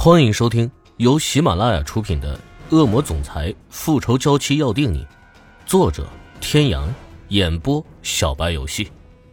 欢迎收听由喜马拉雅出品的《恶魔总裁复仇娇妻要定你》，作者天阳，演播小白游戏。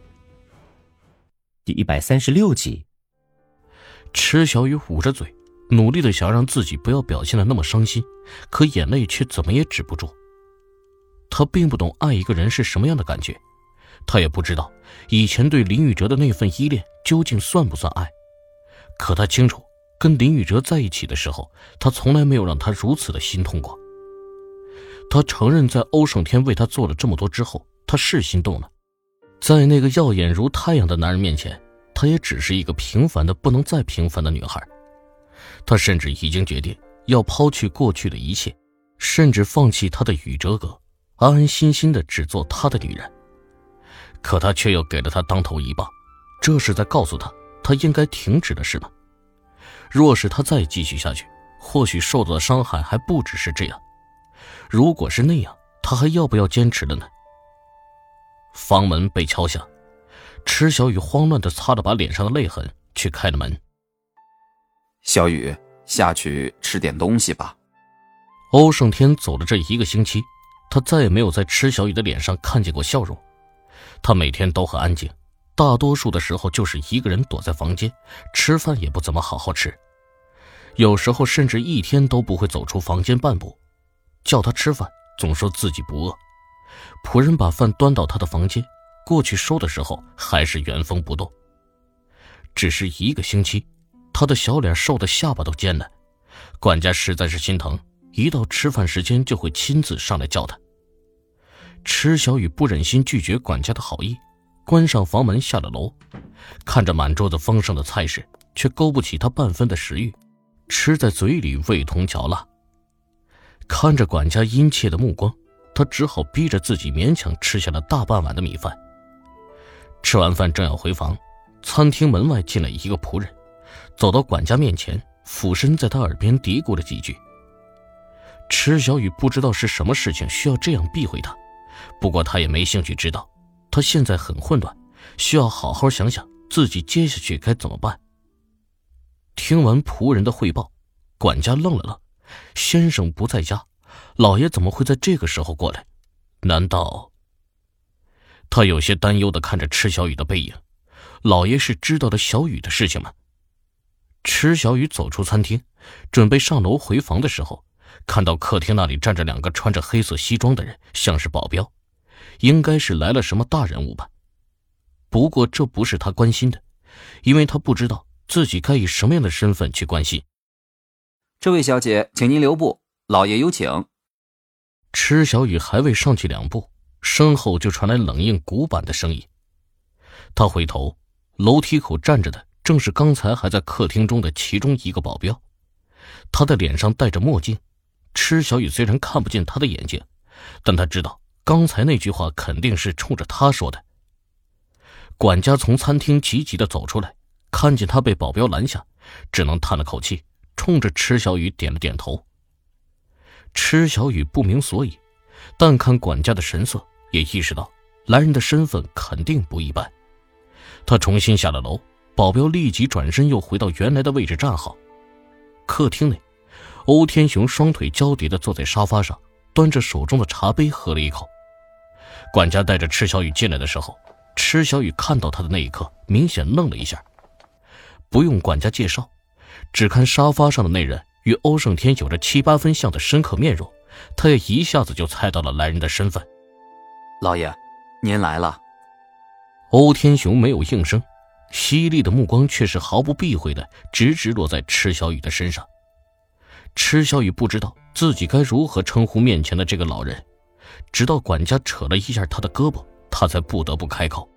第136集。 池小雨捂着嘴，努力的想让自己不要表现得那么伤心，可眼泪却怎么也止不住。他并不懂爱一个人是什么样的感觉，他也不知道以前对林宇哲的那份依恋究竟算不算爱，可他清楚跟林宇哲在一起的时候，他从来没有让他如此的心痛过。他承认在欧胜天为他做了这么多之后，他是心动了。在那个耀眼如太阳的男人面前，他也只是一个平凡的不能再平凡的女孩。他甚至已经决定要抛弃过去的一切，甚至放弃他的宇哲哥，安安心心的只做他的女人。可他却又给了他当头一棒，这是在告诉他，他应该停止了是吗？若是他再继续下去，或许受到的伤害还不只是这样。如果是那样，他还要不要坚持了呢？房门被敲响，池小雨慌乱地擦了把脸上的泪痕，去开了门。 小雨，下去吃点东西吧。 欧胜天走了这1个星期，他再也没有在池小雨的脸上看见过笑容。他每天都很安静，大多数的时候就是一个人躲在房间，吃饭也不怎么好好吃，有时候甚至一天都不会走出房间半步。叫他吃饭，总说自己不饿。仆人把饭端到他的房间，过去收的时候还是原封不动。只是1个星期，他的小脸瘦得下巴都尖了。管家实在是心疼，一到吃饭时间就会亲自上来叫他。池小雨不忍心拒绝管家的好意，关上房门下了楼，看着满桌子丰盛的菜式，却勾不起他半分的食欲，吃在嘴里味同嚼蜡。看着管家殷切的目光，他只好逼着自己勉强吃下了大半碗的米饭。吃完饭正要回房，餐厅门外进来一个仆人，走到管家面前，俯身在他耳边嘀咕了几句。池小雨不知道是什么事情需要这样避讳他，不过他也没兴趣知道，他现在很混乱，需要好好想想自己接下去该怎么办。听完仆人的汇报，管家愣了愣，先生不在家，老爷怎么会在这个时候过来？难道……他有些担忧地看着池小雨的背影，老爷是知道了小雨的事情吗？池小雨走出餐厅，准备上楼回房的时候，看到客厅那里站着2个穿着黑色西装的人，像是保镖，应该是来了什么大人物吧。不过这不是他关心的，因为他不知道自己该以什么样的身份去关心。 这位小姐，请您留步，老爷有请。 池小雨还未上去2步，身后就传来冷硬古板的声音。他回头，楼梯口站着的正是刚才还在客厅中的其中一个保镖，他的脸上戴着墨镜。池小雨虽然看不见他的眼睛，但他知道刚才那句话肯定是冲着他说的。管家从餐厅急急地走出来，看见他被保镖拦下，只能叹了口气，冲着池小雨点了点头。池小雨不明所以，但看管家的神色，也意识到来人的身份肯定不一般。他重新下了楼，保镖立即转身又回到原来的位置站好。客厅内，欧天雄双腿交叠地坐在沙发上，端着手中的茶杯喝了一口。管家带着池小雨进来的时候，池小雨看到他的那一刻明显愣了一下。不用管家介绍，只看沙发上的那人与欧胜天有着7、8分像的深刻面容，他也一下子就猜到了来人的身份。 老爷，您来了。 欧天雄没有应声，犀利的目光却是毫不避讳的直直落在池小雨的身上。池小雨不知道自己该如何称呼面前的这个老人，直到管家扯了一下他的胳膊，他才不得不开口。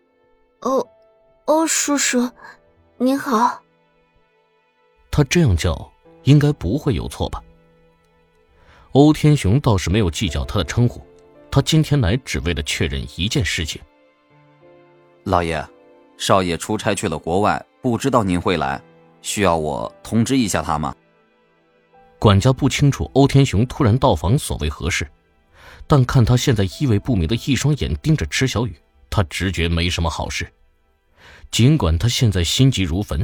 欧叔叔，您好。 他这样叫应该不会有错吧？欧天雄倒是没有计较他的称呼，他今天来只为了确认一件事情。 老爷，少爷出差去了国外，不知道您会来，需要我通知一下他吗？ 管家不清楚欧天雄突然到访所谓何事，但看他现在意味不明的一双眼盯着池小雨，他直觉没什么好事。尽管他现在心急如焚，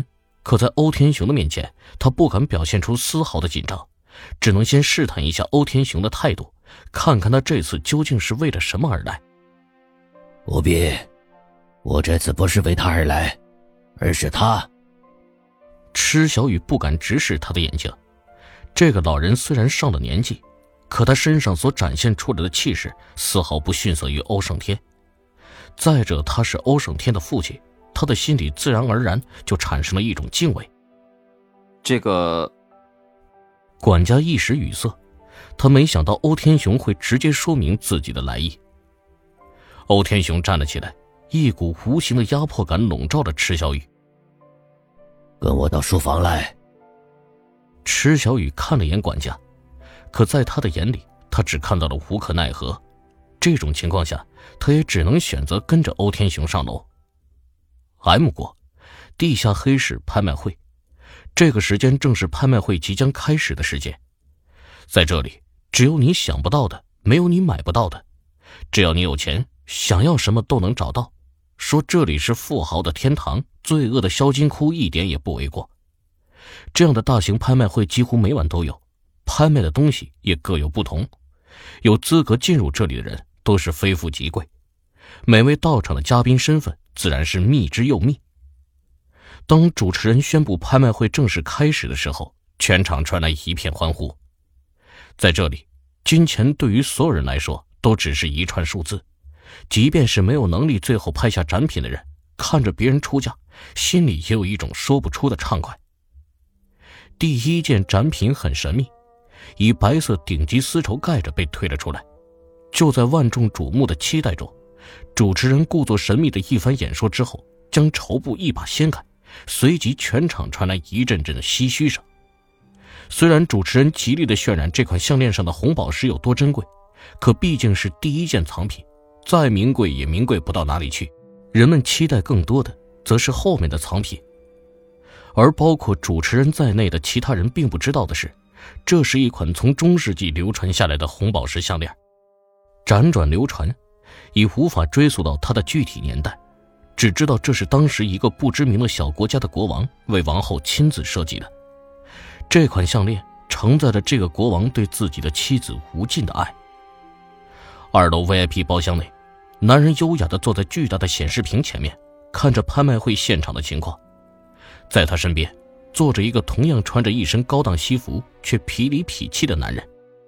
可在欧天雄的面前，他不敢表现出丝毫的紧张，只能先试探一下欧天雄的态度，看看他这次究竟是为了什么而来。 不必，我这次不是为他而来，而是他。 池小雨不敢直视他的眼睛，这个老人虽然上了年纪，可他身上所展现出来的气势丝毫不逊色于欧胜天。再者，他是欧胜天的父亲，他的心里自然而然就产生了一种敬畏。 这个管家一时语塞，他没想到欧天雄会直接说明自己的来意。欧天雄站了起来，一股无形的压迫感笼罩着池小雨。 跟我到书房来。 池小雨看了眼管家，可在他的眼里，他只看到了无可奈何。这种情况下，他也只能选择跟着欧天雄上楼。M 国地下黑市拍卖会，这个时间正是拍卖会即将开始的时间。在这里，只有你想不到的，没有你买不到的。只要你有钱，想要什么都能找到。说这里是富豪的天堂，罪恶的销金窟，一点也不为过。这样的大型拍卖会几乎每晚都有，拍卖的东西也各有不同。有资格进入这里的人都是非富即贵，每位到场的嘉宾身份自然是密之又密。当主持人宣布拍卖会正式开始的时候，全场传来一片欢呼。在这里，金钱对于所有人来说都只是一串数字，即便是没有能力最后拍下展品的人，看着别人出价，心里也有一种说不出的畅快。第一件展品很神秘，以白色顶级丝绸盖着被推了出来。就在万众瞩目的期待中，主持人故作神秘的一番演说之后，将绸布一把掀开，随即全场传来一阵阵的唏嘘声。虽然主持人极力地渲染这款项链上的红宝石有多珍贵，可毕竟是第一件藏品，再名贵也名贵不到哪里去。人们期待更多的则是后面的藏品。而包括主持人在内的其他人并不知道的是，这是一款从中世纪流传下来的红宝石项链，辗转流传，已无法追溯到它的具体年代，只知道这是当时一个不知名的小国家的国王为王后亲自设计的。这款项链承载着这个国王对自己的妻子无尽的爱。2楼 VIP 包厢内，男人优雅地坐在巨大的显示屏前面，看着拍卖会现场的情况。在他身边坐着一个同样穿着一身高档西服却痞里痞气的男人。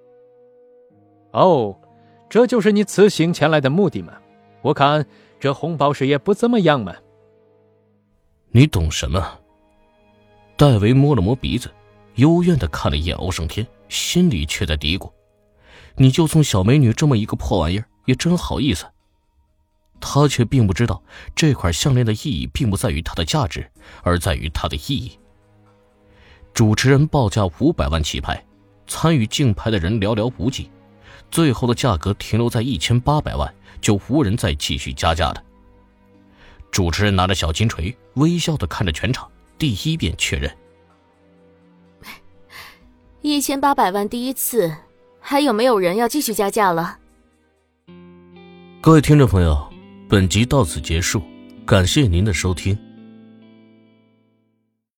哦，这就是你此行前来的目的吗？我看这红宝石也不怎么样嘛。 你懂什么？戴维摸了摸鼻子，幽怨地看了一眼欧胜天，心里却在嘀咕：你就送小美女这么一个破玩意儿，也真好意思。他却并不知道，这块项链的意义并不在于它的价值，而在于它的意义。主持人报价500万起拍，参与竞拍的人寥寥无几，最后的价格停留在1800万，就无人再继续加价了。主持人拿着小金锤，微笑地看着全场，第一遍确认 ：1800万第一次，还有没有人要继续加价了？ 各位听众朋友，本集到此结束，感谢您的收听。